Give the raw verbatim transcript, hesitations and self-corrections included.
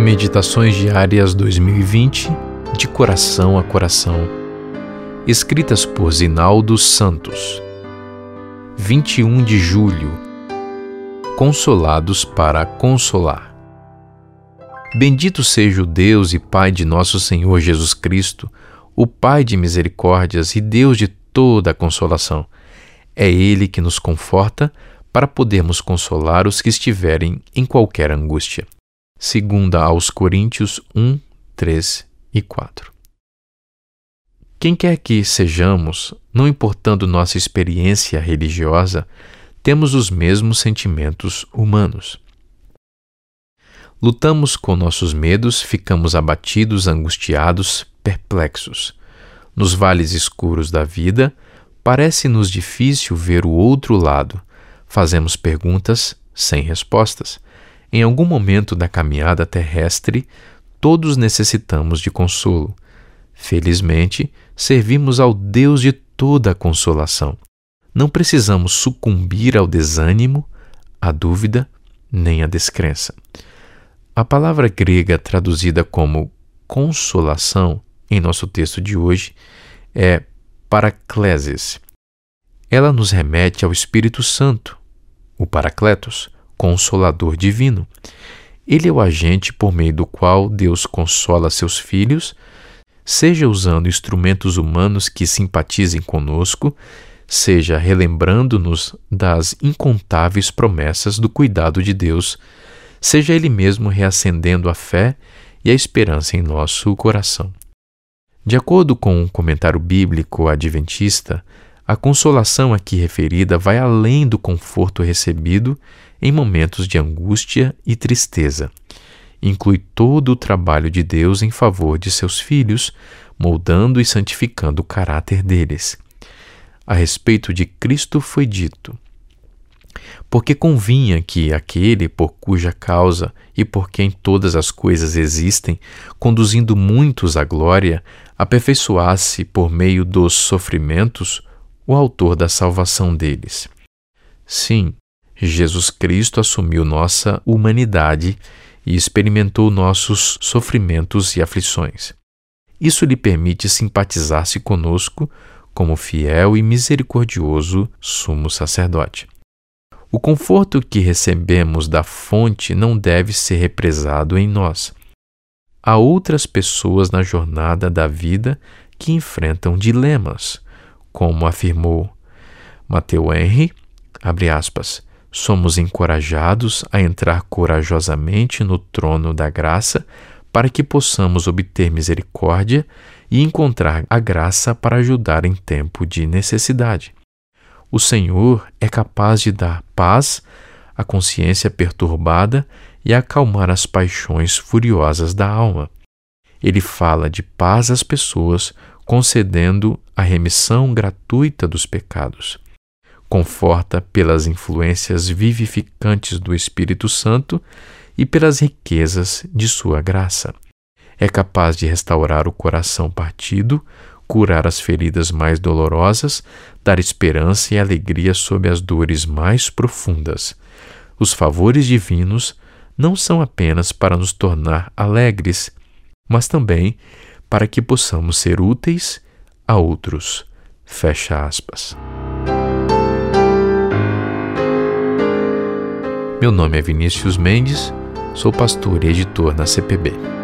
Meditações Diárias dois mil e vinte, de coração a coração, escritas por Zinaldo Santos. vinte e um de julho. Consolados para consolar. Bendito seja o Deus e Pai de nosso Senhor Jesus Cristo, o Pai de misericórdias e Deus de toda a consolação. É Ele que nos conforta para podermos consolar os que estiverem em qualquer angústia. Segunda aos Coríntios um, três e quatro. Quem quer que sejamos, não importando nossa experiência religiosa, temos os mesmos sentimentos humanos. Lutamos com nossos medos, ficamos abatidos, angustiados, perplexos. Nos vales escuros da vida, parece-nos difícil ver o outro lado. Fazemos perguntas sem respostas. Em algum momento da caminhada terrestre, todos necessitamos de consolo. Felizmente, servimos ao Deus de toda a consolação. Não precisamos sucumbir ao desânimo, à dúvida, nem à descrença. A palavra grega traduzida como consolação em nosso texto de hoje é paraklesis. Ela nos remete ao Espírito Santo, o Paracletos, Consolador divino. Ele é o agente por meio do qual Deus consola seus filhos, seja usando instrumentos humanos que simpatizem conosco, seja relembrando-nos das incontáveis promessas do cuidado de Deus, seja Ele mesmo reacendendo a fé e a esperança em nosso coração. De acordo com um comentário bíblico adventista, a consolação aqui referida vai além do conforto recebido em momentos de angústia e tristeza. Inclui todo o trabalho de Deus em favor de seus filhos, moldando e santificando o caráter deles. A respeito de Cristo foi dito: porque convinha que aquele por cuja causa e por quem todas as coisas existem, conduzindo muitos à glória, aperfeiçoasse por meio dos sofrimentos o autor da salvação deles. Sim, Jesus Cristo assumiu nossa humanidade e experimentou nossos sofrimentos e aflições. Isso lhe permite simpatizar-se conosco como fiel e misericordioso sumo sacerdote. O conforto que recebemos da fonte não deve ser represado em nós. Há outras pessoas na jornada da vida que enfrentam dilemas, como afirmou Matthew Henry, abre aspas, somos encorajados a entrar corajosamente no trono da graça para que possamos obter misericórdia e encontrar a graça para ajudar em tempo de necessidade. O Senhor é capaz de dar paz à consciência perturbada e acalmar as paixões furiosas da alma. Ele fala de paz às pessoas, concedendo a remissão gratuita dos pecados. Conforta pelas influências vivificantes do Espírito Santo e pelas riquezas de sua graça. É capaz de restaurar o coração partido, curar as feridas mais dolorosas, dar esperança e alegria sob as dores mais profundas. Os favores divinos não são apenas para nos tornar alegres, mas também para que possamos ser úteis a outros. Fecha aspas. Meu nome é Vinícius Mendes, sou pastor e editor na C P B.